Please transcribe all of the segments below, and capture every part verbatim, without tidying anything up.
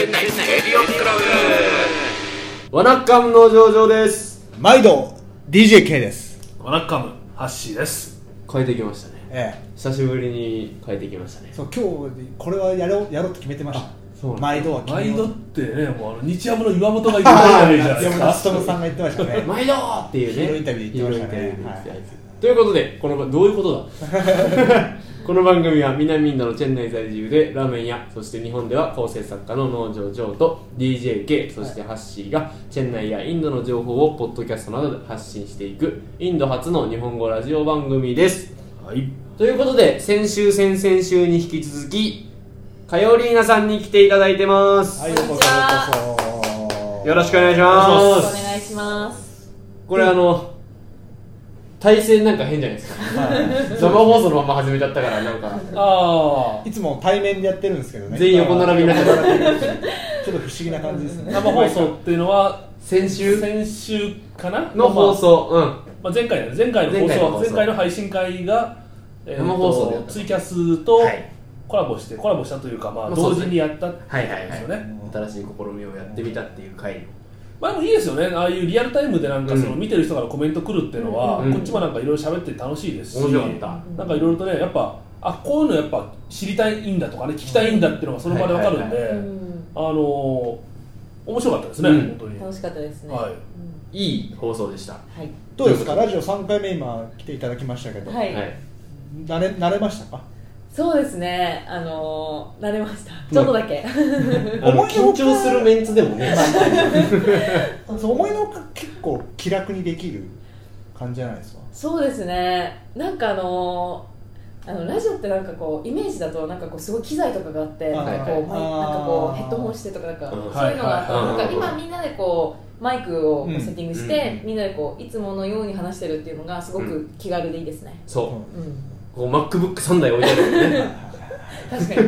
チェンナイレディオクラブ。ワナッカムの上々です。 毎度 ディージェーケー です。 ワナッカムハッシーです。 変えてきましたね、 ええ、 久しぶりに変えてきましたね。 そう今日これはやろうやろうと決めてました。そう毎度は決め毎度ってね、もうあの日ハムの岩本が言ってたじゃないですか。 山田勉さんが言ってましたね毎度っていうね、 ヒーローインタビューで言ってましたね、 はい、ということでこのどういうことだこの番組は南インドのチェン内在住でラーメン屋、そして日本では構成作家の農場ジョーと ディージェーケー、そしてハッシーがチェン内やインドの情報をポッドキャストなどで発信していくインド初の日本語ラジオ番組です。 はい、 ということで先週先々週に引き続きカヨリーナさんに来ていただいてます。 はい、ようこそようこそよろしくお願いします。 よろしくお願いします。 これあの体勢なんか変じゃないですか、はい、生放送のまま始めちゃったからなんかあいつも対面でやってるんですけどね、 全員横並びになっちゃったちょっと不思議な感じですね。 生放送っていうのは先週先週かなの放送、 まあうんまあ、前回前回の放送前回の放送前回の配信会が、えー、 生放送でやったツイキャスとはいコラボしてコラボしたというか、まあ、 まあそうですね同時にやったんですよはいはいはい、 ね。 新しい試みをやってみたっていう回。 まあでもいいですよね、ああいうリアルタイムでなんかそのうん見てる人からコメント来るっていうのは、 うんこっちもなんかいろいろ喋って楽しいですし、 面白かった。 なんかいろいろとね、やっぱあこういうのやっぱ知りたいんだとかね、聞きたいんだっていうのがその場で分かるんで、 はいはいうんあのー、面白かったですね、 うん本当に。 楽しかったですね。 はいうんいい放送でした。 はい。 どうですか、ラジオさんかいめ今来ていただきましたけど、 はい。 はい、 慣れ慣れましたか？ そうですね。あのー、慣れました。ちょっとだけ。 あの緊張するメンツでもねそう思いのほか結構気楽にできる感じじゃないですか。 そうですね。なんかあのー、あのラジオってなんかこうイメージだとなんかこうすごい機材とかがあって、 はいなんかこうマイなんかこうヘッドホンしてとかなんかそういうのがあって、なんか今みんなでこうマイクをこうセッティングして、みんなでこういつものように話してるっていうのがすごく気軽でいいですね。 そう、 うん。 こう マックブックさんだい置いてあるよね確かに。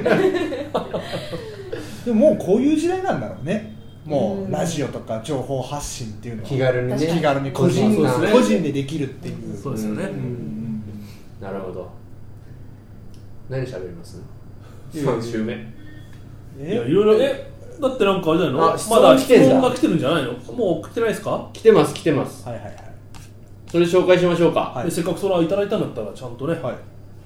でももうこういう時代なんだろうね。もううんラジオとか情報発信っていうのは気軽にね、 気軽に個人そうですね個人でできるっていう。 そうですよね、 うんうんなるほど。何喋りますいやさん週目。 いやえいろいろえだってなんかあれじゃないの、 あ質まだ問来てんだ質問が来てるんじゃないの、もう来てないですか、 来てます来てます。 はいはいはいそれ紹介しましょうか。 はいでせっかくそれはいただいたんだったらちゃんとね、 はい。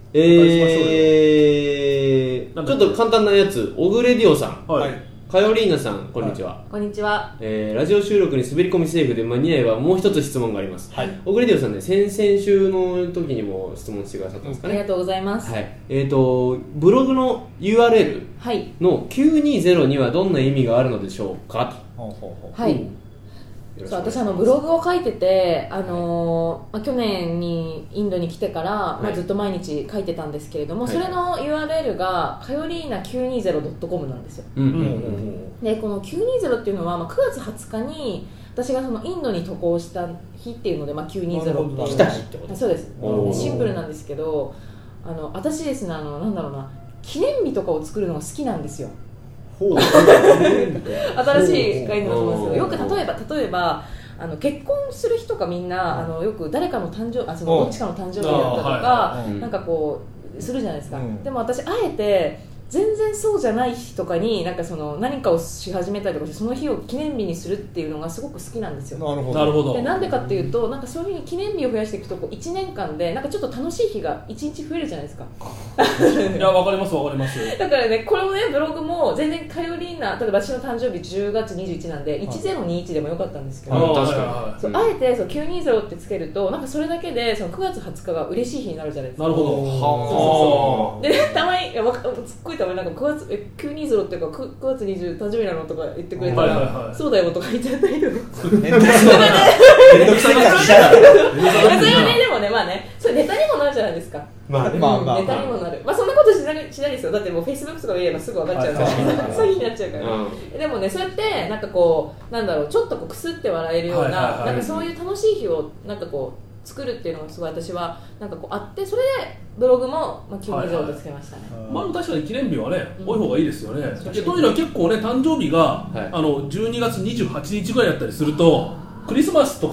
えー、 なんだっけちょっと簡単なやつ。オグレディオさん、 はい、 カヨリーナさん、こんにちは。 こんにちは。 えーラジオ収録に滑り込みセーフで間に合えばもう一つ質問があります。 はいオグレディオさんね、先々週の時にも質問してくださったんですかね。 ありがとうございます。 はい。えっ、とブログの ユーアールエルはい。 のきゅうにじゅうにはどんな意味があるのでしょうかと。 ほうほうほう。 はい。 よろしくそうお願いします私あのブログを書いてて、あのーまあ、去年にインドに来てから、まあ、 はいずっと毎日書いてたんですけれども、 はいそれの ユーアールエル がカヨリーナ きゅうにじゅうドットコム なんですよ。 うんうんうんうんうんでこのきゅうにじゅうっていうのは、まあ、くがつはつかに私がそのインドに渡航した日っていうので、まあ、きゅうにじゅうっていうなるほど来た日ってこと。 そうですおーシンプルなんですけど、あの私ですね、あのなんだろうな、記念日とかを作るのが好きなんですよ。 ほう。 新しい概念だと思うんですけど、よく例えば例えばあの結婚する日とかみんな、あのよく誰かの誕生あそのどっちかの誕生日だったとか、 あーはいはいなんかこうするじゃないですか、 うんでも私あえて全然そうじゃない日とかになんかその何かをし始めたりとかして、その日を記念日にするっていうのがすごく好きなんですよ。 なるほど。 なるほど。 でなんでかっていうと、なんかそういうふうに記念日を増やしていくとこういちねんかんでなんかちょっと楽しい日がいちにち増えるじゃないですか。 いやわかりますわかります。 だからね、これもね、ブログも全然カヨリーナ、例えば私の誕生日じゅうがつにじゅういちなんで、いちぜろにいちでもよかったんですけど、 はい確かにはいはいはいそうあえてそうきゅうにじゅうってつけると、なんかそれだけでそのくがつはつかが嬉しい日になるじゃないですか。 なるほど。 はでね、たまにいやわかすっごいたまになんかくがつえきゅうにじゅうっていうかくくがつにじゅう誕生日なのとか言ってくれたら、 はいはいはいそうだよとか言っちゃったりとか。 めんどくさい。めんどくさいからしちゃう。 それはね、でもね、まあね、それネタにもなるじゃないですか。 まあね、 まあまあネタにもなる。まあそんなことしないしないですよ。だってもうフェイスブックとかで言えばすぐ分かっちゃうから、 はいはいはいそういう日になっちゃうから。 うんでもね、そうやってなんかこうなんだろう、ちょっとこうくすって笑えるような、 はいはいはいなんかそういう楽しい日をなんかこう作るっていうのがすごい私はなんかこうあって、それでブログもまあきゅうにじゅうとつけましたね。 まあ確かに記念日はね、 うん多い方がいいですよね。 そうでというのは結構ね、誕生日が、 はいあのじゅうにがつにじゅうはちにちぐらいだったりすると、クリスマスとか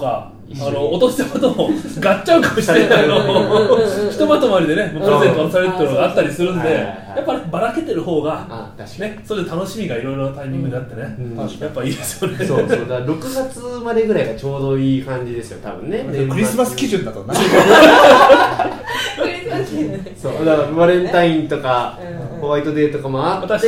あのお年玉とガッチャンコしてあのひとまとまりでねプレゼント渡されるっていうのがあったりするんで、やっぱりばらけてる方がね、それで楽しみがいろいろなタイミングであってね、うん、やっぱいいですよね。 そうそう、だからろくがつまでぐらいがちょうどいい感じですよ多分ね。 クリスマス基準だとなそうだからバレンタインとかホワイトデーとかもあって、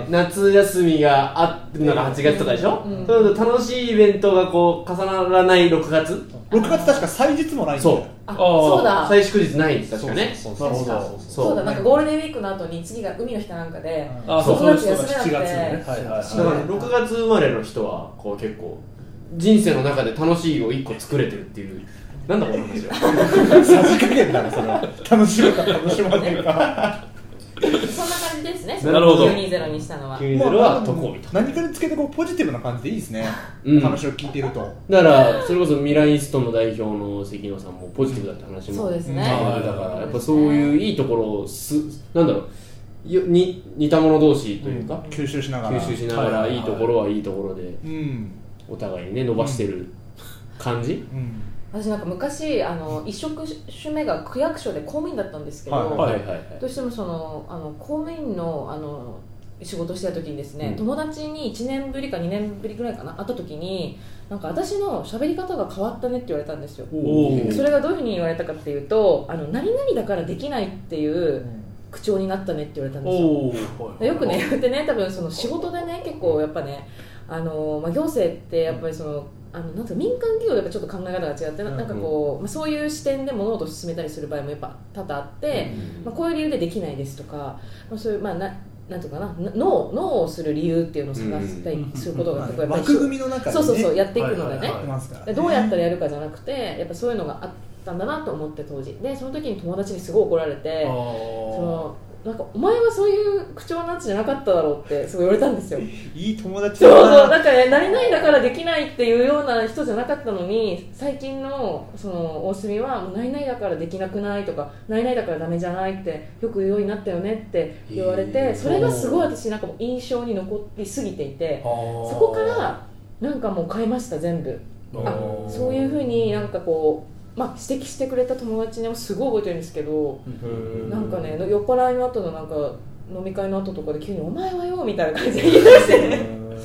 夏休みがあってのがはちがつとかでしょ、うんうん、そういう楽しいイベントがこう重ならないろくがつろくがつ確か祭日もないんだよ。 そうあそうだ、祭祝日ないんです確かね。 そうそうそうそうそうだ、なんかゴールデンウィークの後に次が海の日かなんかで、 あそうそうそうしちがつね、 はいはいはい、だからろくがつ生まれの人はこう結構人生の中で楽しいをいっこ作れてるっていう、なんだこの話はさじ加減だなそれは。楽しむか楽しまないかそんな感じですね。 なるほど。 きゅうにゼロにしたのは。 きゅうにゼロは渡航日と。 何かにつけてこうポジティブな感じでいいですね。うん、話を聞いていると。 だからそれこそミライストの代表の関野さんもポジティブだって話も、 そうですね。 だからやっぱそういういいところをすなんだろうよに似た者同士というか、うん、 吸収しながら吸収しながらいいところはいいところで、 うん、 お互いにね伸ばしてる感じ。 うんうん私なんか昔あの一職種目が区役所で公務員だったんですけど、はいはいはい、どうしてもそのあの公務員のあの仕事してた時にですね、うん、友達にいちねんぶりかにねんぶりぐらいかな会った時になんか私の喋り方が変わったねって言われたんですよ。それがどういうふうに言われたかっていうと、あの何々だからできないっていう口調になったねって言われたんですよ。よくね言ってね、多分その仕事でね結構やっぱねあの、まあ、行政ってやっぱりそのあのなんか民間企業でやっぱちょっと考え方が違って、うん、なんかこう、まあ、そういう視点で物事を進めたりする場合もやっぱ多々あって、うんまあ、こういう理由でできないですとか、まあ、そういうまあななんていうかなノー、ノーをする理由っていうのを探したりすることが結構やっぱり、 枠組みの中で、ね、 そうそうそうやっていくのでね、 はいはいはい、 どうやったらやるかじゃなくてやっぱそういうのがあったんだなと思って当時で、その時に友達にすごい怒られて、そのなんかお前はそういう口調のやつじゃなかっただろうってすごい言われたんですよ。 いい友達だな。そうそう、なんかね、何々だからできないっていうような人じゃなかったのに、最近のその大隅はもう何々だからできなくないとか何々だからダメじゃないってよく言うようになったよねって言われて、それがすごい私なんかもう印象に残りすぎていて、そこからなんかもう変えました全部。あ、そういう風になんかこうまあ、指摘してくれた友達にもすごい覚えてるんですけど、なんかね酔っ払いの後のなんか飲み会の後とかで急に「お前はよ」みたいな感じで言い出してね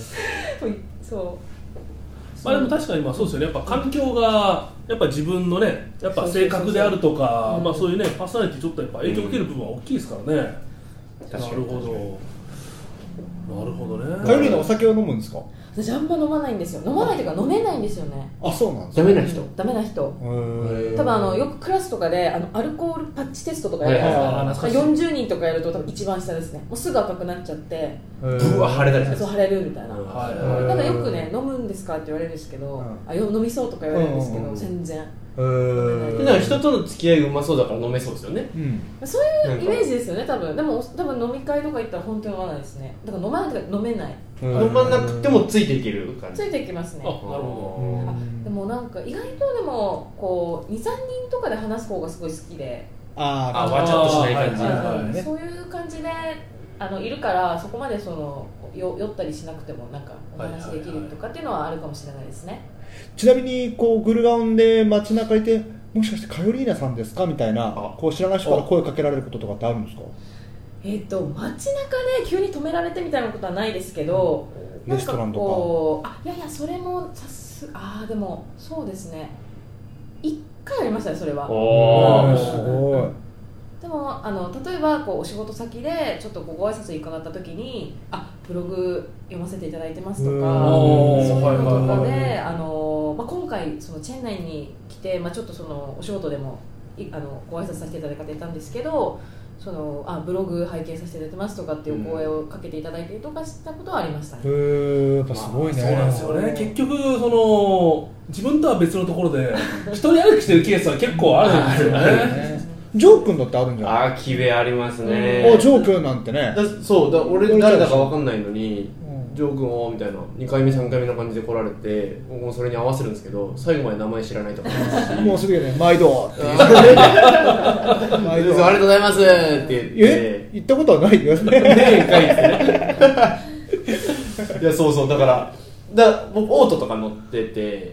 そうまあでも確かにまあそうですよね、やっぱ環境がやっぱ自分のねやっぱ性格であるとか、まあそういうねパーソナリティちょっとやっぱ影響を受ける部分は大きいですからね。なるほどなるほどね。 かよりのお酒を飲むんですか？ 私あんま飲まないんですよ。飲まないというか飲めないんですよね。 あ、そうなんですか。 ダメな人。 ダメな人。多分あのよくクラスとかであのアルコールパッチテストとかやるじゃないですか。よんじゅうにんとかやると多分一番下ですね。もうすぐ赤くなっちゃって、 うわ腫れたりする。 そう腫れるみたいな。ただよくね飲むんですかって言われるんですけど、あよ飲みそうとか言われるんですけど全然。 へー。なんか人との付き合いがうまそうだから飲めそうですよね。 うん、そういうイメージですよね多分。でも多分飲み会とか行ったら本当に飲まないですね。だから飲まないとか飲めない。 飲まなくてもついていける感じ。 ついていきますね。 あ、なるほど。 あでもなんか意外とでもこう にさんにんとかで話す方がすごい好きで、 ああわちゃっとしない感じ、 はいはい、そういう感じであのいるからそこまでそのよ酔ったりしなくてもなんかお話できるとかっていうのはあるかもしれないですね。 ちなみにこうグルガオンで街中いてもしかしてカヨリーナさんですかみたいなこう知らない人から声かけられることとかってあるんですか？ えー、と街中で急に止められてみたいなことはないですけど、うん、なんかこうあいやいやそれもさすあでもそうですねいっかいありましたねそれは。 おーすごい。 でもあの例えばこうお仕事先でちょっとこうご挨拶に伺った時にあブログ読ませていただいてますとかそういうのとかであの、まあ、今回そのチェン内に来て、まあ、ちょっとそのお仕事でもいあのご挨拶させていただいた方いたんですけどそのあブログ拝見させていただいてますとかっていうお声をかけていただいたりとかしたことはありましたね。 へーやっぱすごいね。 そうなんですよね。結局その自分とは別のところで一人歩きしてるケースは結構あるんですよね。 ジョー君だってあるんじゃない？ あー、キベありますね。 あ、ジョー君なんてね。 だそうだ、俺誰だか分かんないのに、うん、ジョー君をみたいなにかいめさんかいめの感じで来られて、僕もそれに合わせるんですけど、最後まで名前知らないとかもうすぐね、毎度って毎度ありがとうございますって言ってえ言ったことはないよね。 年回ですね。いやそうそうだからだ僕オートとか乗ってて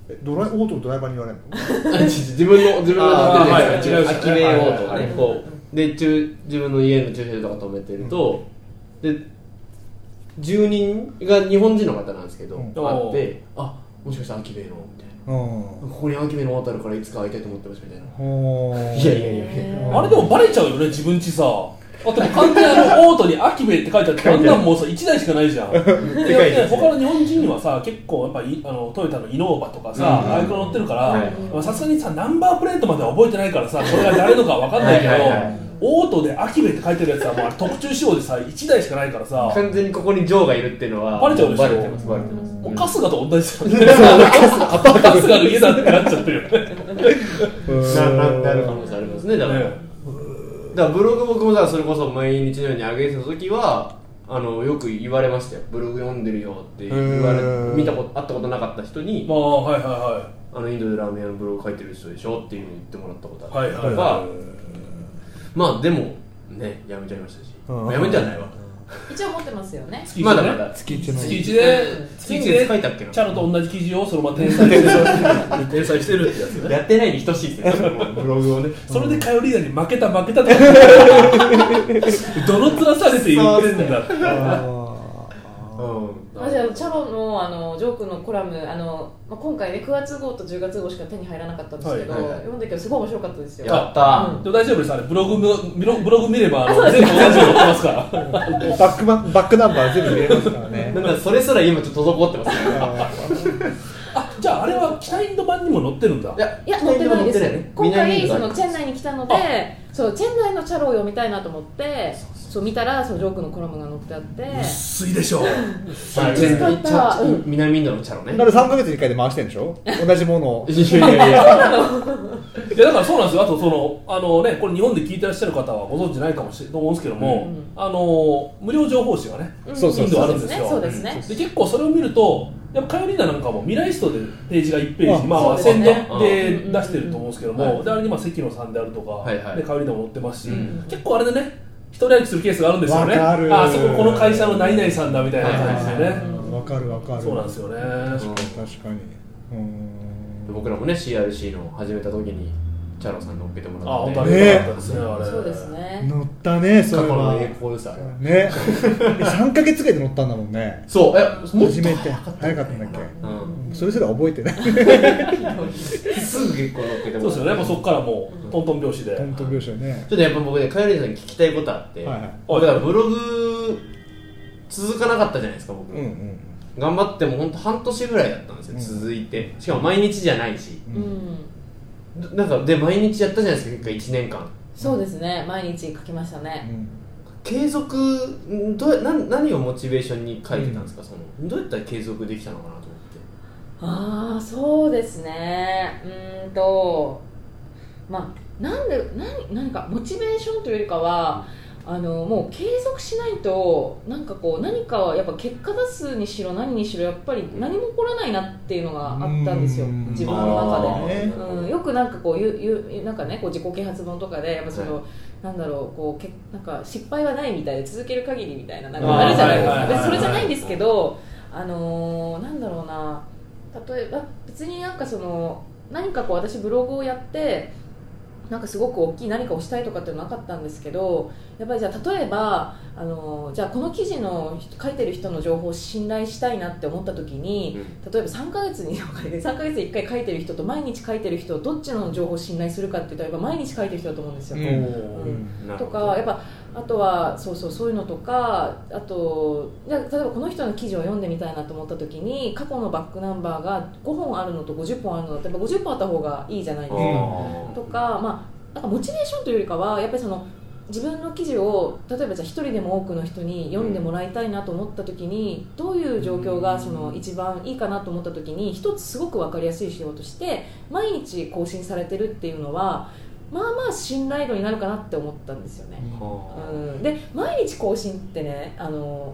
ドライオートのドライバーに言われるの自分の自分のはい違う空き名オートねこうで自分の家の駐車場とか止めてると、うん、で住人が日本人の方なんですけど、うん、あってあもしかして空き名のみたいな、うん、ここに空き名のオートあるからいつか会いたいと思ってますみたいな。いやいやいやいやあれでもバレちゃうよね自分ちさ。あと完全にあのオートにアキベって書いてあってあんなんもうさいちだいしかないじゃん。で他の日本人にはさ結構やっぱりあのトヨタのイノーバとかさ、うん、ああいうの乗ってるからさすがにさナンバープレートまでは覚えてないからさこれが誰のか分かんないけどオートでアキベって書いてるやつはもう特注仕様でさいちだいしかないからさ完全にここにジョーがいるっていうのはバレちゃうでしょ。 バレてますバレてます。 もう春日と同じじゃんね。春日の家だってなっちゃってるよね。 ななる可能性ありますねだから。ねだからブログ僕もさそれこそ毎日のように上げてた時はあのよく言われましたよ。ブログ読んでるよって言われ見たこと会ったことなかった人に、 まあはいはいはい、 あのインドでラーメン屋のブログ書いてる人でしょっていうのを言ってもらったことあるとか、 はいはいはい、 まあでもねやめちゃいましたし、まあ、やめてはないわ。 一応持ってますよね。 まだまだ月一の月一で月一で書いたっけな。 チャロと同じ記事をそのまま転載してる転載してるってやつね。 やってないに等しいですよブログをね。 それでカヨリーダーに負けた負けたってどの面されて言ってんだって。 あじゃあチャロのあのジョークのコラムあの、まあ、今回ねくがつ号とじゅうがつ号しか手に入らなかったんですけど、はいはいはい、読んだけどすごい面白かったですよ。 やったー、 うん、でも大丈夫ですあれブログブログ見ればあの全部同じの載ってますからバックバックナンバー全部見れますからね。 なんかそれすら今ちょっと滞ってますね。 あじゃああれは北インド版にも載ってるんだ。 いやいや載ってないです。ね、今回そのチェン内に来たのでそうチェン内のチャロを読みたいなと思ってそう見たらそうジョークのコラムが載ってあって薄いでしょ。 南インドのチャロね。 だからさんかげつにいっかいで回してるんでしょ同じものを。 いやいやいやいやだからそうなんですよ。あとそのあのねこれ日本で聞いてらっしゃる方はご存知ないかもしれないと思うんですけども、うん、あの無料情報誌がね、うん、インドあるんですよ。 そうですね。 で結構それを見るとやっぱカヨリーナなんかもミライストでページがいちページ、まあ、宣伝で出してると思うんですけども、であれにまあ関野さんであるとか、はいはい、でカヨリーナも載ってますし、うん、結構あれでね一人歩きするケースがあるんですよね。あそここの会社の何々さんだみたいな感じでね。 わかるわかる。 そうなんですよね。 確かに確かに。 うん僕らもね シーアールシー の始めた時にチャロさんに乗っけてもらって。 あ本当に良かったですねあれ。 そうですね。 乗ったねそれは。 過去の栄光ですあれ。 ね。さんかげつぐらいで乗ったんだもんね。 そう。え初めて早かったんだっけ。うん。それすら覚えてない。 すぐ結構乗っけてもらって。 そうですよね。もうそこからもうトントン拍子で。 トントン拍子でね。 ちょっとやっぱ僕ねカヨリーさんに聞きたいことあって、はいはい、だからブログ続かなかったじゃないですか僕。うんうん頑張っても本当半年ぐらいだったんですよ、うん、続いてしかも毎日じゃないし、うん、なんかで毎日やったじゃないですか結果いちねんかん。 そうですね毎日書きましたね、うん、 継続どうな何をモチベーションに書いてたんですか、うん、そのどうやったら継続できたのかなと思って。 ああそうですねうーんとまあなんで 何, 何かモチベーションというよりかはあのもう継続しないとなんかこう何かはやっぱ結果出すにしろ何にしろやっぱり何も起こらないなっていうのがあったんですよ自分の中で、うん、よくなんかこうゆゆなんかねこう自己啓発本とかでやっぱその、はい、なんだろうこうけなんか失敗はないみたいで続ける限りみたいななんかあるじゃないですか。でそれじゃないんですけどあのー、なんだろうな例えば別になんかその何かこう私ブログをやってなんかすごく大きい何かをしたいとかっていうのはなかったんですけどやっぱりじゃあ例えばあのじゃあこの記事の書いてる人の情報を信頼したいなって思った時に、うん、例えばさんかげつにさんかげつにいっかい書いてる人と毎日書いてる人どっちの情報を信頼するかっていうとやっぱ毎日書いてる人だと思うんですよ、うんうん、とかやっぱあとはそうそうそういうのとかあとじゃあ例えばこの人の記事を読んでみたいなと思った時に過去のバックナンバーがごほんあるのとごじゅっぽんあるのだってやっぱごじゅっぽんあった方がいいじゃないですかとか、まあ、なんかモチベーションというよりかはやっぱりその自分の記事を例えばじゃあ一人でも多くの人に読んでもらいたいなと思った時にどういう状況がその一番いいかなと思った時に一つすごく分かりやすい仕事として毎日更新されてるっていうのはまあまあ信頼度になるかなって思ったんですよね、うん、で毎日更新ってねあの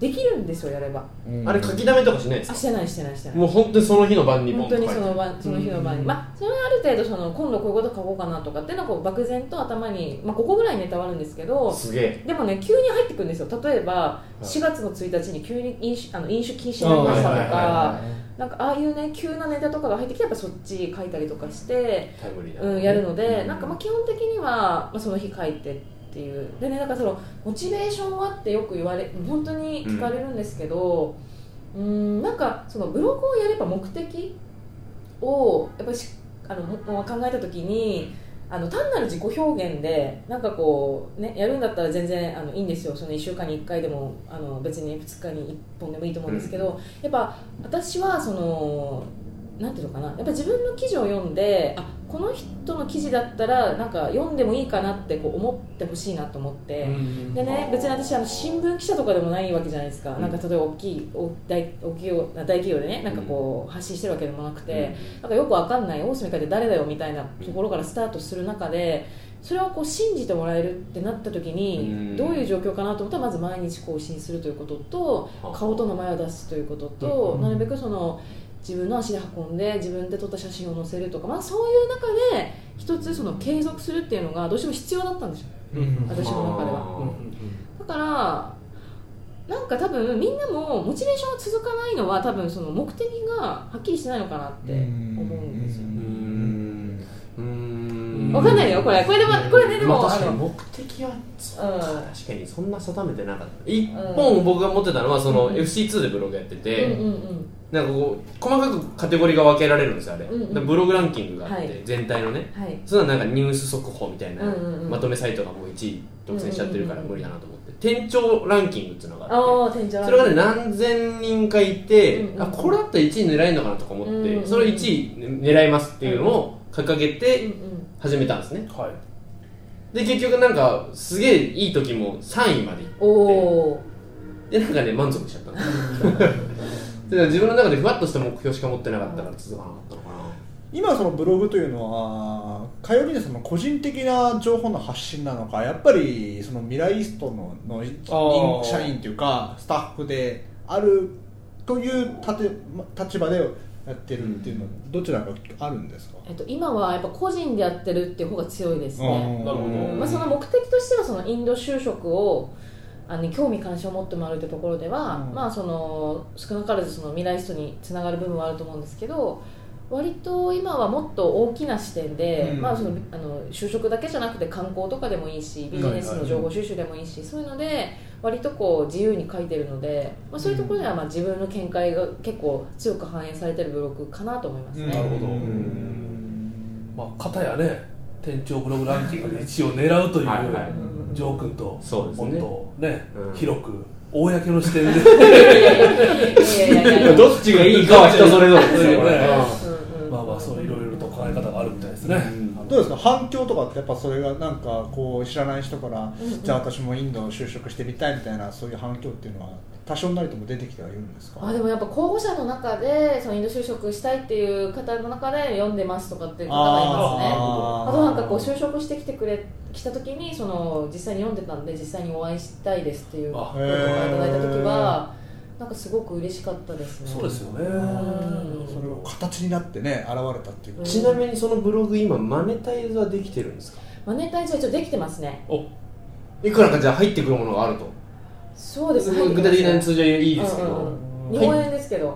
できるんですよ、やれば。 あれ書き溜めとかしないですか？ あ、してないしてないしてない。 もう本当にその日の晩に本当にその晩その日の晩に、まあそれはある程度その今度こういうこと書こうかなとかっていうのはこう漠然と頭に、まあ、ここぐらいネタはあるんですけど、 すげえ。 でもね急に入ってくるんですよ。例えばしがつのついたちに急に飲酒あの飲酒禁止になりましたとか、なんかああいうね急なネタとかが入ってきてやっぱそっち書いたりとかしてタイムリーな、 うん、やるので、なんかまあ基本的には、まあ、その日書いてっていうでね、なんかそのモチベーションはってよく言われ本当に聞かれるんですけど、うーんなんかそのブログをやれば目的をやっぱりしあの考えたときにあの単なる自己表現でなんかこうねやるんだったら全然あのいいんですよ。そのいっしゅうかんにいっかいでもあの別にふつかにいっぽんでもいいと思うんですけど、うん、やっぱ私はそのなんていうのかな、やっぱ自分の記事を読んであこの人の記事だったらなんか読んでもいいかなってこう思ってほしいなと思って、うん、でね別に私あの新聞記者とかでもないわけじゃないですか、うん、なんか例えば大きい大 大, 大企業大企業でねなんかこう発信してるわけでもなくて、うん、なんかよくわかんない大隅かって誰だよみたいなところからスタートする中でそれをこう信じてもらえるってなった時にどういう状況かなと思ったらまず毎日更新するということと顔と名前を出すということとなるべくその自分の足で運んで自分で撮った写真を載せるとか、まあ、そういう中で一つその継続するっていうのがどうしても必要だったんですよ、うん、私の中では。だからなんか多分みんなもモチベーションが続かないのは多分その目的がはっきりしてないのかなって思うんですよ。うーん分かんないよこれこれでもこれででも、 まあ、確かに目的は、うん、確かにそんな定めてなかった。一本僕が持ってたのはその、うん、エフシーツー でブログやってて、うんうんうん、なんかこう細かくカテゴリーが分けられるんですよあれ、うんうん、ブログランキングがあって、はい、全体のね、はい、それはなんかニュース速報みたいな、うんうんうん、まとめサイトがもういちい独占しちゃってるから無理だなと思って、うんうんうん、店長ランキングっていうのがあって、それがね何千人かいて、うんうん、あこれだったらいちい狙えるのかなとか思って、うんうん、それをいちい狙いますっていうのを掲げて始めたんですね、はい、で結局なんかすげえいい時もさんいまで行ってでなんかね満足しちゃったんですで自分の中でふわっとした目標しか持ってなかったから続かなかったのかな。 今そのブログというのはかよりねさんの個人的な情報の発信なのかやっぱりそのミライスト の, の社員というかスタッフであるという立場でやってるっていうのはどちらかあるんですか？ えっと、今はやっぱ個人でやってるっていう方が強いですね。なるほど、まあ、その目的としてはそのインド就職をあの興味関心を持ってもらうというところでは、うんまあ、その少なからずそのミライストにつながる部分はあると思うんですけど割と今はもっと大きな視点で、うんまあ、そのあの就職だけじゃなくて観光とかでもいいしビジネスの情報収集でもいいし、うん、そういうので割とこう自由に書いてるので、まあ、そういうところではまあ自分の見解が結構強く反映されてるブログかなと思いますね、うん、なるほど、 うんまあ、片やね店長ブログランキングで一を狙うというはい、はい、ジョー君ともっとね、うん、広く公の視点でどっちがいいかは人それぞれですよねまあまあそういろいろと考え方があるみたいですね、うん、 どうですか反響とかってやっぱそれがなんかこう知らない人から、うんうん、じゃあ私もインド就職してみたいみたいなそういう反響っていうのは多少なりとも出てきてはいるんですか？ あでもやっぱ候補者の中でそのインド就職したいっていう方の中で読んでますとかっていう方がいますね。 あ, あとなんかこう就職してきてくれ来た時にその実際に読んでたんで実際にお会いしたいですっていう声とかいただいた時はなんかすごく嬉しかったですね。 そうですよね、うん、 それを形になってね現れたっていう、 うん、ちなみにそのブログ今マネタイズはできてるんですか？ マネタイズは一応できてますね。 おいくらかじゃあ入ってくるものがあると。 そうですね具体的な通常いいですけど、 うんうん、日本円ですけど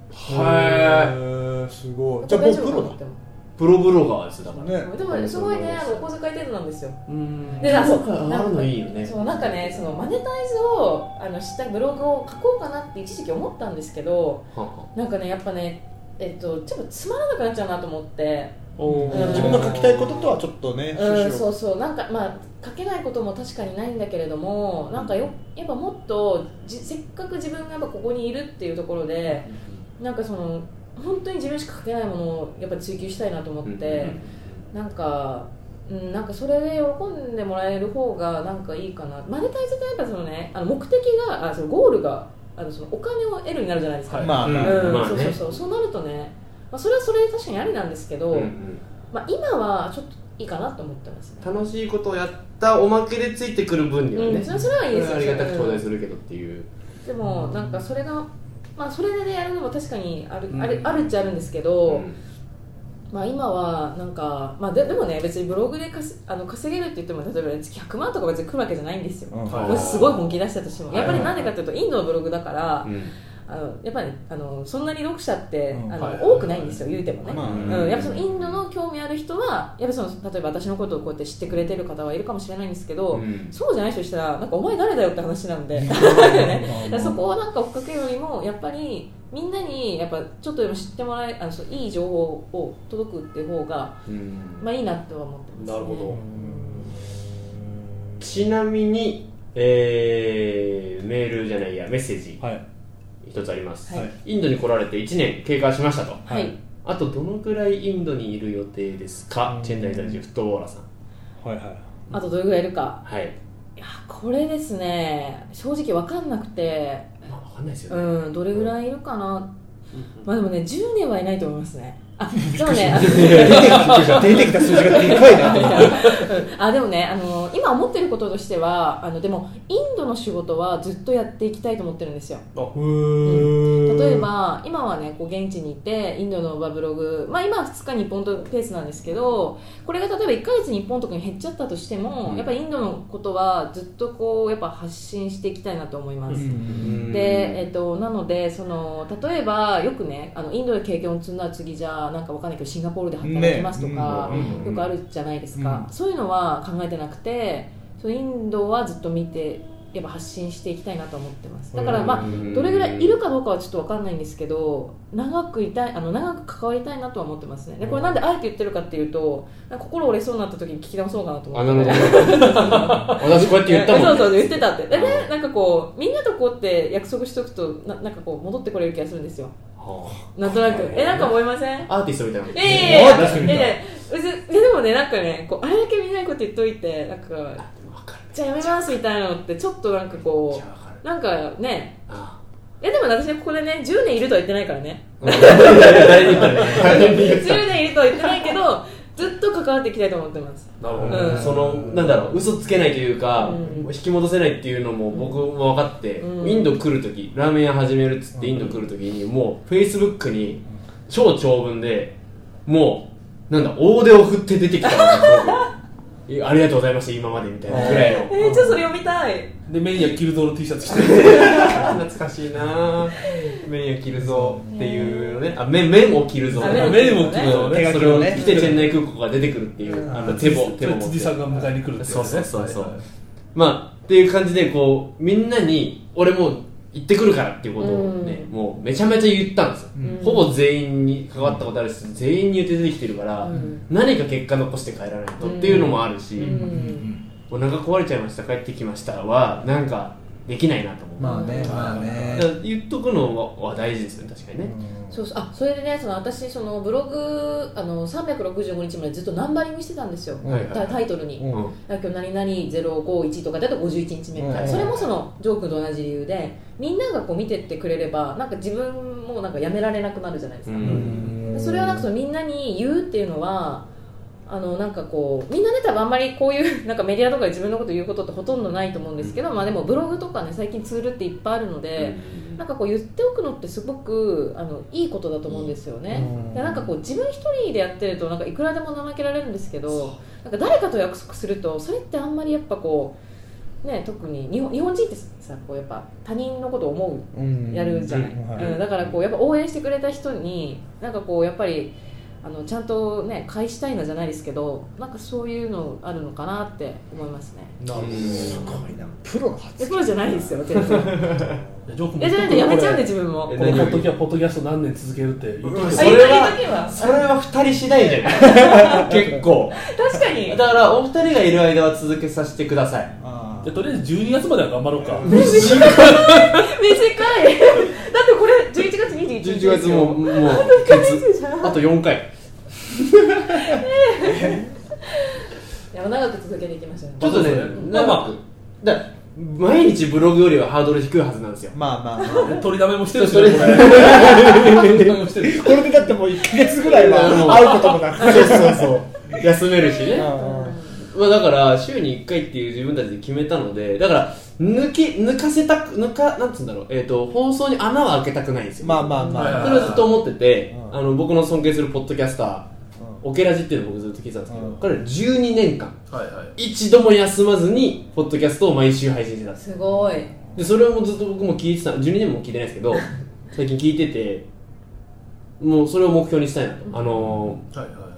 へえすごい。じゃあもうプロだプロブロガーですだから、 ね、でもすごいねあのお小遣い程度なんですよ。 うんでなんかそうあるのいいよね。 そうなんかねそのマネタイズをあのしたブログを書こうかなって一時期思ったんですけどははなんかねやっぱねえっとちょっとつまらなくなっちゃうなと思ってうん、自分が書きたいこととはちょっとね、 うん、そうそうなんかまあ書けないことも確かにないんだけれどもなんかよやっぱもっとじせっかく自分がやっぱここにいるっていうところでなんかその本当に自分しか書けないものをやっぱ追求したいなと思って、うん、なんか、うん、なんかそれで喜んでもらえる方がなんかいいかな。マネタイズってやっぱそのねあの目的があそのゴールがあのそのお金を得るになるじゃないですか、 はい、まあ、 うんまあね、 そうそうそうそうなるとね、まあ、それはそれで確かにありなんですけど、うんうんまあ、今はちょっといいかなと思ってますね。 楽しいことをやったおまけでついてくる分にはね、 うん、それはいいですよ。 ありがたく頂戴するけどっていう、 でもなんかそれがまあそれで、ね、やるのも確かにある、うん、あるあるっちゃあるんですけど、うんまあ、今はなんか、まあ、で, でもね別にブログでかすあの稼げるって言っても例えば月ひゃくまんとか別に来るわけじゃないんですよ、うん、もしすごい本気出したとしてもやっぱりなんでかっていうとインドのブログだから、うんあのやっぱり、ね、あのそんなに読者って、うん、あの、はい、多くないんですよ言うてもね、うんうん、やっぱそのインドの興味ある人はやっぱその例えば私のことをこうやって知ってくれてる方はいるかもしれないんですけど、うん、そうじゃない人したらなんかお前誰だよって話なんで、ね、そこをなんか追っかけるよりもやっぱりみんなにやっぱちょっとでも知ってもらえあのそういい情報を届くっていう方が、うん、まあいいなとは思ってます、ね、 なるほど。 ちなみに、えー、メールじゃないやメッセージ、はい一つあります、はい、インドに来られていちねん経過しましたと、はい、あとどのくらいインドにいる予定ですか、チェンナイ在住フットボーラーさん。 はいはい、 あとどれくらいいるか、 はい、 いやこれですね正直分かんなくて、 まあ、分かんないですよね、 うん、どれぐらいいるかな、うん、まあでもねじゅうねんはいないと思いますね。あでもね出てきた数字がでかいなあでもねあの今思ってることとしてはあのでもインドの仕事はずっとやっていきたいと思ってるんですよ。うん、例えば今はねこう現地にいてインドのブログ、まあ、今はふつかにいっぽんとペースなんですけどこれが例えばいっかげつにいっぽんとかに減っちゃったとしても、うん、やっぱりインドのことはずっとこうやっぱ発信していきたいなと思います。で、えっと、なのでその例えばよくねあのインドで経験を積んだら次じゃあなんかわかんないけどシンガポールで働きますとか、ね、よくあるじゃないですか、うん、そういうのは考えてなくてそうインドはずっと見てやっぱ発信していきたいなと思ってます。だからまあどれぐらいいるかどうかはちょっとわかんないんですけど長くいたいあの長く関わりたいなとは思ってますね。でこれなんであえて言ってるかっていうとなんか心折れそうになった時に聞き直そうかなと思って、ね、 私こうやって言ったもんねそうそう言ってたってでねなんかこうみんなとこうって約束しておくと な, なんかこう戻ってこれる気がするんですよ。なんとなくえなんか思いません？ アーティストみたいな。 ええー、確かに。ええでもねなんかねこうあれだけみんなにこうやって言っといてなんかじゃあやめますみたいなのってちょっとなんかこうなんかねああいやでも私はここでねじゅうねんいるとは言ってないからね。じゅうねんいるとは言ってないけどずっと関わっていきたいと思ってます。 なるほど、うん、そのなんだろう嘘つけないというか、うん、引き戻せないっていうのも僕も分かって、うん、インド来るときラーメン屋始めるっつってインド来るときにもうフェイスブックに超長文でもうなんだ大手を振って出てきたありがとうございました今までみたいなぐらいのえー、ちょっとそれ読みたいでメインはキルゾーの T シャツ着て懐かしいなメインはキルゾーっていうねあメンをキルゾーメインをキルゾーねそれを着てチェンナイ空港が出てくるっていうあの手も手も辻さんが迎えに来るっていうねそうそうそうそう、はいはい、まあっていう感じでこうみんなに俺も行ってくるからっていうことをね、うん、もうめちゃめちゃ言ったんですよ、うん、ほぼ全員に関わったことあるし、うん、全員に言って出てきてるから、うん、何か結果残して帰らないとっていうのもあるし、うん、お腹壊れちゃいました帰ってきましたはなんかできないなと思う。 まあねまあね言っとくのは大事ですよね確かにね、 うん、そうそうあそれでねその私そのブログあのさんびゃくろくじゅうごにちまでずっとナンバリングしてたんですよ、はいはい、タイトルに、うん、今日何々ゼロごいちとかだとごじゅういちにちめみたいな、うん、それもそのジョー君と同じ理由でみんながこう見てってくれればなんか自分もなんかやめられなくなるじゃないですか、うん、それをなんかそのみんなに言うっていうのはあのなんかこうみんなね多分あんまりこういうなんかメディアとかで自分のこと言うことってほとんどないと思うんですけど、まあ、でもブログとかね最近ツールっていっぱいあるので、うん、なんかこう言っておくのってすごくあのいいことだと思うんですよね、うん、でなんかこう自分一人でやってるとなんかいくらでも怠けられるんですけどなんか誰かと約束するとそれってあんまりやっぱこうね、特に日 本, 日本人ってさこうやっぱ他人のことを思う、うん、やるじゃない、うんはいうん、だからこうやっぱ応援してくれた人になんかこうやっぱりあのちゃんとね返したいのじゃないですけどなんかそういうのあるのかなって思いますね。 なるほどすごいなプロの発言プロじゃないですよ全然いやじゃないとやめちゃうんで自分もこのポッドキャポッドキャスト何年続けるって言ってそれはそれはふたり次第じゃない結構確かにだからお二人がいる間は続けさせてください。 じゃとりあえずじゅうにがつまでは頑張ろうか。 短い短いだってこれじゅういちがつにじゅういちにちじゅういちがつももうあとよんかいいや長く続けていきましょう、ね、 ちょっとね長くだ毎日ブログよりはハードル低いはずなんですよ。 まあまあ、まあ、 取りだめもしてるし、ね、これこれでだってもういっかげつぐらいは会うこともなくそうそうそう休めるしねまあだから週にいっかいっていう自分たちで決めたので、だから抜き抜かせたく抜かなんつうんだろう、えっ、ー、と放送に穴は開けたくないんですよ。 まあまあまあ。 それはずっと思ってて、 うん、 あの僕の尊敬するポッドキャスター、うん、オケラジっていうのを僕ずっと聞いてたんですけど、うん、彼らじゅうにねんかん、はいはい、一度も休まずにポッドキャストを毎週配信してたんです。 すごい。 でそれをもうずっと僕も聞いてた、じゅうにねんも聞いてないですけど最近聞いてて、もうそれを目標にしたいなと、あのーはいはいはい、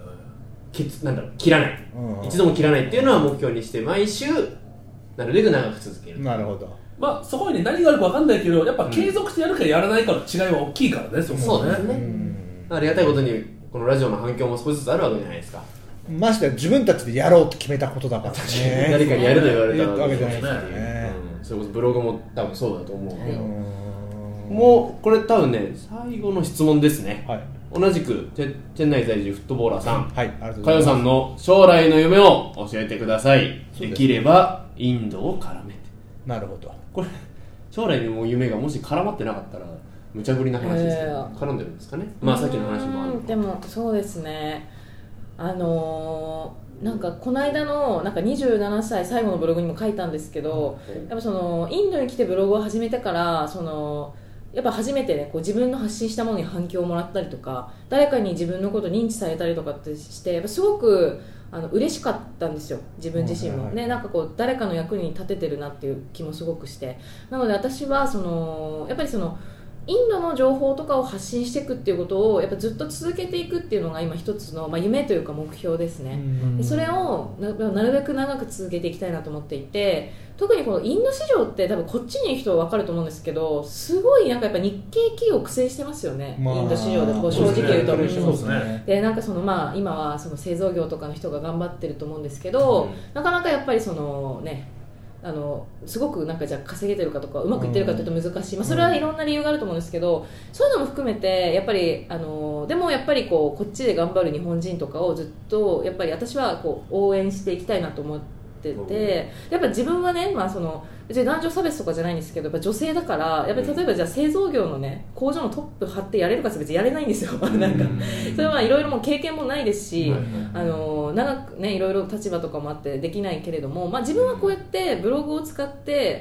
なんだろう切らない、うん、一度も切らないっていうのは目標にして毎週なるべく長く続ける。 なるほど。 まあそこに、ね、何があるか分かんないけど、やっぱ継続してやるかやらないかの違いは大きいからね、うん、そこね。 そうですね、うん、ありがたいことにこのラジオの反響も少しずつあるわけじゃないですか。 まして自分たちでやろうと決めたことだからね誰かにやると言われたわけじゃないですよね、 うん、それこそブログも多分そうだと思う、うん、もうこれ多分ね最後の質問ですね、はい、同じくチェチェン内在住フットボーラーさん、はい、かよさんの将来の夢を教えてください。 で, できればインドを絡めて。 なるほど。 これ将来の夢がもし絡まってなかったら無茶ぶりな話ですけど、えー、絡んでるんですかね。まあさっきの話もある。 でもそうですね、あのー、なんかこの間のなんかにじゅうななさい最後のブログにも書いたんですけど、やっぱそのインドに来てブログを始めてからそのやっぱ初めてねこう自分の発信したものに反響をもらったりとか誰かに自分のことを認知されたりとかってしてやっぱすごくあの嬉しかったんですよ自分自身も、ね、なんかこう誰かの役に立ててるなっていう気もすごくして、なので私はそのやっぱりそのインドの情報とかを発信していくっていうことをやっぱずっと続けていくっていうのが今一つの、まあ、夢というか目標ですね。でそれを な, なるべく長く続けていきたいなと思っていて、特にこのインド市場って多分こっちにいる人は分かると思うんですけど、すごいなんかやっぱ日系企業苦戦してますよね、まあ、インド市場でこう正直言うと。そうですね。でなんかそのまあ今はその製造業とかの人が頑張ってると思うんですけど、うん、なかなかやっぱりそのねあのすごくなんかじゃあ稼げてるかとかうまくいってるかというと難しい、まあ、それはいろんな理由があると思うんですけど、そういうのも含めてやっぱりあのでもやっぱりこうこっちで頑張る日本人とかをずっとやっぱり私はこう応援していきたいなと思ってて、やっぱ自分はね、まあ、その別に男女差別とかじゃないんですけどやっぱ女性だからやっぱり例えばじゃあ製造業のね工場のトップ張ってやれるかって別にやれないんですよなんかそれはいろいろもう経験もないですし、あの長くねいろいろ立場とかもあってできないけれども、まあ、自分はこうやってブログを使って、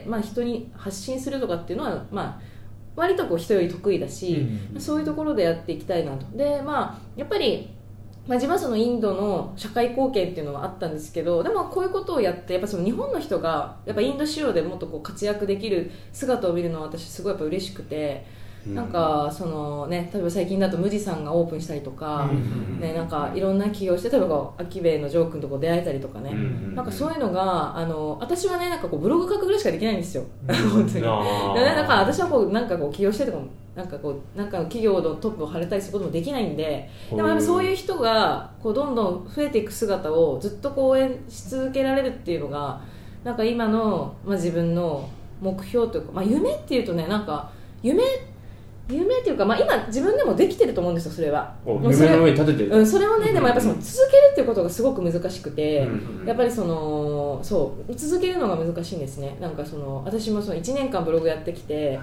まあ、人に発信するとかっていうのは、まあ、割とこう人より得意だし、うん、そういうところでやっていきたいなと。で、まあ、やっぱりまあ、自分はそのインドの社会貢献っていうのはあったんですけど、でもこういうことをやってやっぱその日本の人がやっぱインド市場でもっとこう活躍できる姿を見るのは私すごいやっぱ嬉しくて、なんかそのね、例えば最近だと無地さんがオープンしたりとか、ね、なんかいろんな起業して例えばアキベイのジョー君とこう出会えたりとかね、なんかそういうのがあの私はねなんかこうブログ書くぐらいしかできないんですよ本当に。だから私はこうなんかこう起業してとかもなんかこうなんか企業のトップを張れたりすることもできないんで、でもやっぱそういう人がこうどんどん増えていく姿をずっとこう応援し続けられるっていうのがなんか今の、まあ、自分の目標というか、まあ、夢っていうとねなんか夢夢っていうか、まあ、今自分でもできてると思うんですよそれは。 夢の上に立ててる、 うん、それはねでもやっぱその続けるっていうことがすごく難しくて、うん、やっぱりそのそう続けるのが難しいんですね。なんかその私もそのいちねんかんブログやってきて、はいはい、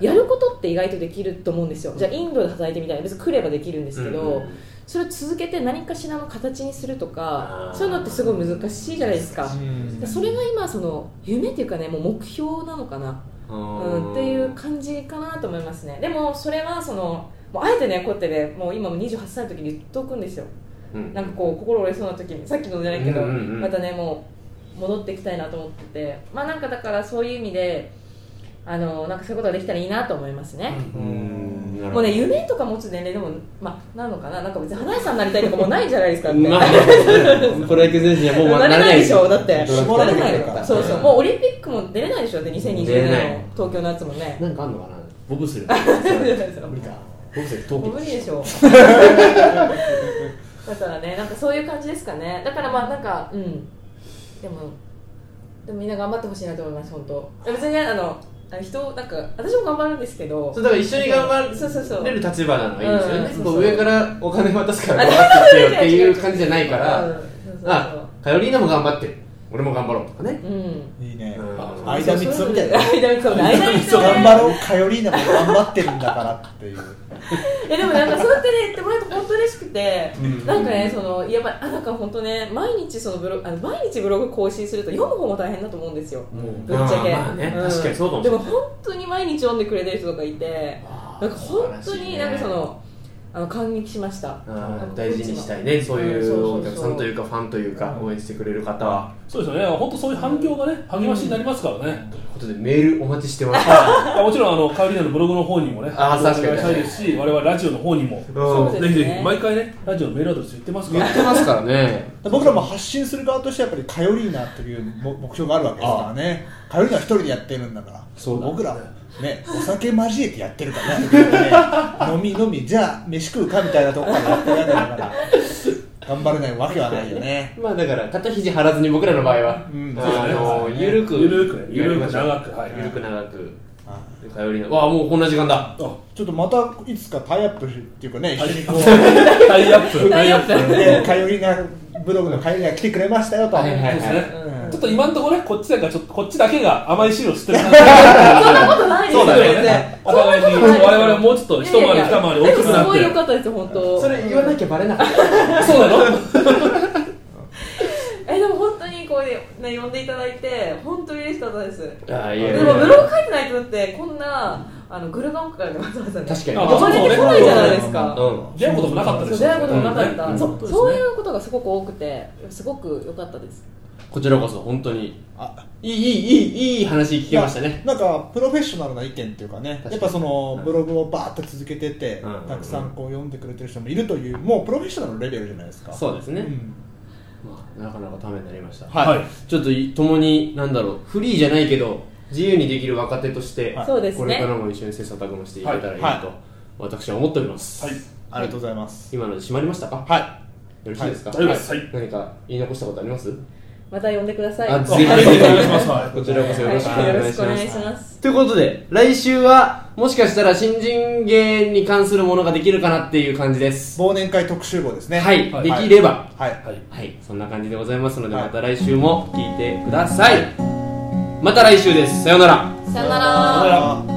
やることって意外とできると思うんですよ。じゃあインドで働いてみたいな別に来ればできるんですけど、うん、それを続けて何かしらの形にするとかそういうのってすごい難しいじゃないですか、うん、それが今その夢っていうかねもう目標なのかなうん、っていう感じかなと思いますね。でもそれはそのもうあえてねこうやってねもう今もにじゅうはっさいの時に言っておくんですよ、うん、なんかこう心折れそうな時にさっきのじゃないけど、うんうんうん、またねもう戻っていきたいなと思ってて、まあなんかだからそういう意味であのなんかそういうことができたらいいなと思いますね。うんもうね夢とか持つ年齢でもまあなのかななんか別に花屋さんになりたいとかもうないじゃないですかって、まあ、 プロ野球選手にはもうなれないでしょだって絞られないから。 そうそうもうオリンピックも出れないでしょだってにせんにじゅうねんの東京のやつもねなんかあんのかなボブスレー無理かボブスレー東京無理でしょだからねなんかそういう感じですかね。だからまあなんかうんでもでもみんな頑張ってほしいなと思います本当。別にあの人なんか私も頑張るんですけどそうだから一緒に頑張れる立場なのがいいんですよね、うん、そうそう上からお金渡すから頑張ってってよっていう感じじゃないから、うん、あカヨリーナも頑張ってる俺も頑張ろうとかね、 うん、 いいね、 うん、 相田光雄みたいな相田光雄相田光雄頑張ろうカヨリーナも頑張ってるんだからっていうえでもなんかそうやってね言ってもらうと本当嬉しくて、 うん、 なんかねそのやっぱあなんか本当ね毎日そのブログあの毎日ブログ更新すると読む方も大変だと思うんですよ、うん、ぶっちゃけ、 まあね、 うん、 確かにそうかもしれない。 でも本当に毎日読んでくれてる人とかいて、なんか本当になんかそのあの感激しました。 大事にしたいね、そういうお客さんというかファンというか応援してくれる方は。 そうですよね、本当そういう反響がね励ましになりますからね、うん、 ということでメールお待ちしてますもちろんあのカヨリーナのブログの方にもねあお願いしたいですし、我々ラジオの方にも、 うん、 ぜひぜひ毎回ねラジオのメールアドレス言ってますから言ってますからね僕らも発信する側としてはやっぱりカヨリーナという目標があるわけですからね。カヨリーナは一人でやってるんだから、 そうだね、 僕らね、お酒交えてやってるからね飲み飲みじゃあ飯食うかみたいなところからやってるわけだから頑張れないわけはないよねまあだから肩肘張らずに僕らの場合は、うん、あのゆるくゆるくゆるく長く、 はい、ゆるく長くかよりなわあもうこんな時間だ。 ちょっとまたいつかタイアップっていうかね、一緒にこうタイアップタイアップでかよりなブログのかよりな来てくれましたよと、 はいはいはい、 ですね、うん、ちょっと今のところねこっちだからちょっとこっちだけが甘い汁を吸ってるそんなことないですよ。 そうだよね。お互いに我々もうちょっと一回り二回り大きくなって。 すごい良かったです本当。 それ言わなきゃバレなかった。 そうなの？ えでも本当にこうね呼んでいただいて本当に嬉しかったです。 あいやいやでもブログ書いてないとだってこんなあのグルガンからねわざわざね確かに呼ばれてこないじゃないですか。 うん、出会うこともなかったです。 出会うこともなかった。 うん、 そ, うそういうことがすごく多くてすごく良かったです。 こちらこそ本当にあいいいいいいいい話聞けましたね。 な, なんかプロフェッショナルな意見っていうかね、やっぱそのブログをバーッと続けてて、うん、たくさんこう読んでくれてる人もいるというもうプロフェッショナルのレベルじゃないですか。 そうですね。うんまあ、なかなかためになりました。 はい。 ちょっと共になんだろうフリーじゃないけど自由にできる若手として、はい、これからも一緒に切磋琢磨していけたらいいと、はい、私は思っております。 はい。ありがとうございます。 今ので締まりましたか？ はい。 よろしいですか？ はい。はい、 何か言い残したことあります？ また呼んでください。 あ、ぜひお願いします。こちらこそよろしくお願いします。 はい、よろしくお願いします。 ということで、来週はもしかしたら新人芸に関するものができるかなっていう感じです。 忘年会特集号ですね。 はい、はい、できれば、 はい、 はい、はい、そんな感じでございますので、また来週も聞いてください。また来週です。さようなら。 さようなら。